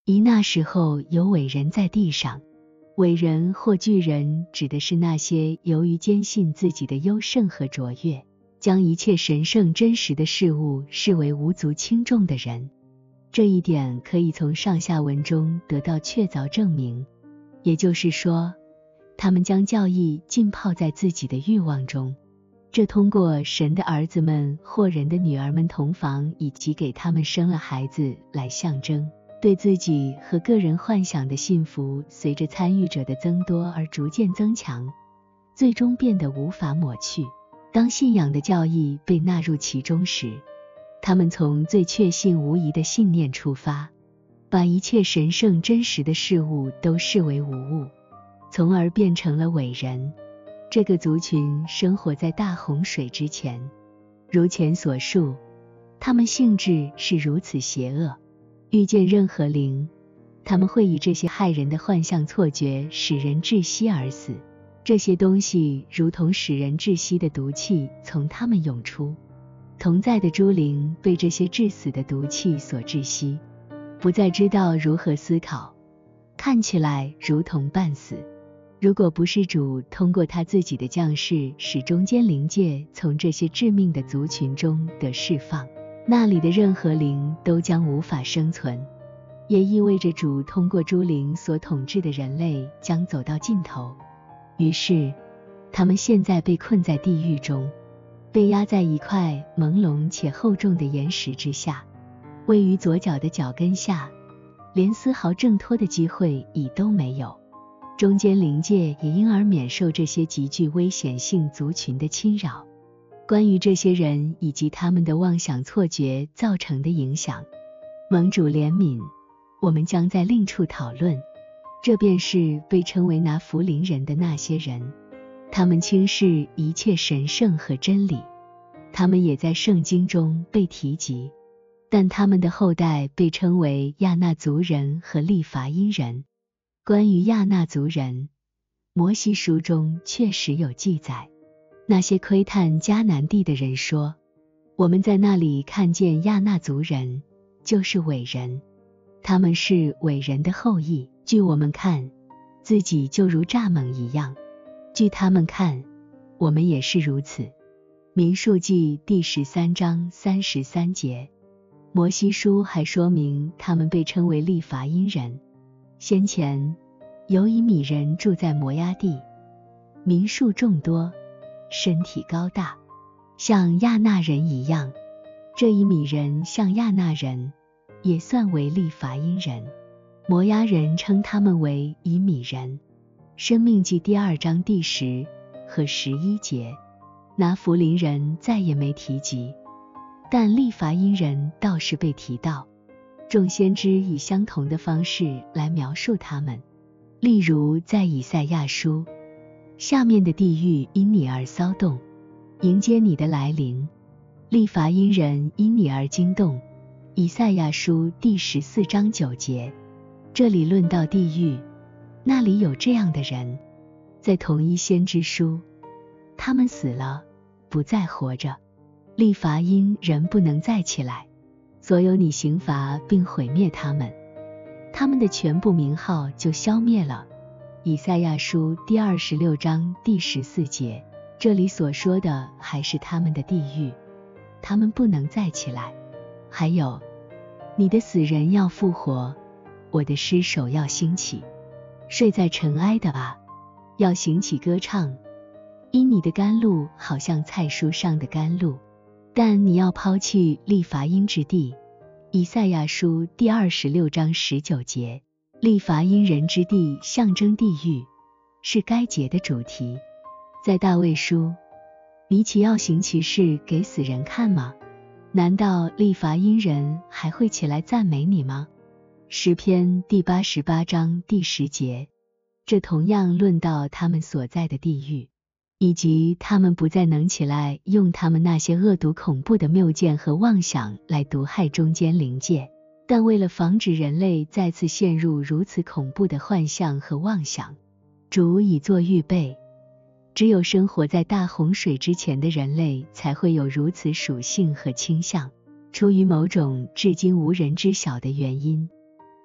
一那时候有伟人在地上。伟人或巨人指的是那些由于坚信自己的优胜和卓越，将一切神圣真实的事物视为无足轻重的人。这一点可以从上下文中得到确凿证明，也就是说，他们将教义浸泡在自己的欲望中，这通过神的儿子们或人的女儿们同房以及给他们生了孩子来象征。对自己和个人幻想的信服随着参与者的增多而逐渐增强，最终变得无法抹去。当信仰的教义被纳入其中时，他们从最确信无疑的信念出发，把一切神圣真实的事物都视为无物，从而变成了伟人。这个族群生活在大洪水之前，如前所述，他们性质是如此邪恶，遇见任何灵，他们会以这些害人的幻象错觉使人窒息而死。这些东西如同使人窒息的毒气从他们涌出，同在的诸灵被这些致死的毒气所窒息，不再知道如何思考，看起来如同半死。如果不是主通过他自己的降世使中间灵界从这些致命的族群中得释放，那里的任何灵都将无法生存，也意味着主通过诸灵所统治的人类将走到尽头。于是，他们现在被困在地狱中，被压在一块朦胧且厚重的岩石之下，位于左脚的脚跟下，连丝毫挣脱的机会已都没有。中间灵界也因而免受这些极具危险性族群的侵扰。关于这些人以及他们的妄想错觉造成的影响，蒙主怜悯，我们将在另处讨论。这便是被称为拿弗林人的那些人，他们轻视一切神圣和真理，他们也在圣经中被提及，但他们的后代被称为亚纳族人和利伐因人。关于亚纳族人，摩西书中确实有记载。那些窥探迦南地的人说，我们在那里看见亚纳族人，就是伟人，他们是伟人的后裔。据我们看，自己就如蚱蜢一样；据他们看，我们也是如此。民数记第13章33节。摩西书还说明他们被称为利伐因人。先前，有以米人住在摩押地，民数众多，身体高大，像亚纳人一样。这以米人像亚纳人，也算为利伐因人。摩押人称他们为以米人。申命记第2章第10和11节。拿弗林人再也没提及，但利伐因人倒是被提到。众先知以相同的方式来描述他们，例如在以赛亚书，下面的地狱因你而骚动，迎接你的来临；利伐因人因你而惊动。以赛亚书第14章9节。这里论到地狱，那里有这样的人。在同一先知书，他们死了，不再活着。利伐因人不能再起来，所有你刑罚并毁灭他们，他们的全部名号就消灭了。以赛亚书第26章第14节。这里所说的还是他们的地狱，他们不能再起来。还有，你的死人要复活，我的尸首要兴起。睡在尘埃的啊，要醒起歌唱，因你的甘露好像菜蔬上的甘露。但你要抛弃利伐因之地。以赛亚书第26章19节。利伐因人之地象征地狱，是该节的主题。在大卫书，你岂要行其事给死人看吗？难道利伐因人还会起来赞美你吗？诗篇第88章第10节。这同样论到他们所在的地狱，以及他们不再能起来用他们那些恶毒恐怖的谬见和妄想来毒害中间灵界。但为了防止人类再次陷入如此恐怖的幻象和妄想，主已做预备。只有生活在大洪水之前的人类才会有如此属性和倾向。出于某种至今无人知晓的原因，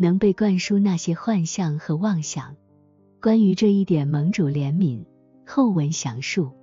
能被灌输那些幻象和妄想。关于这一点，盟主怜悯，后文详述。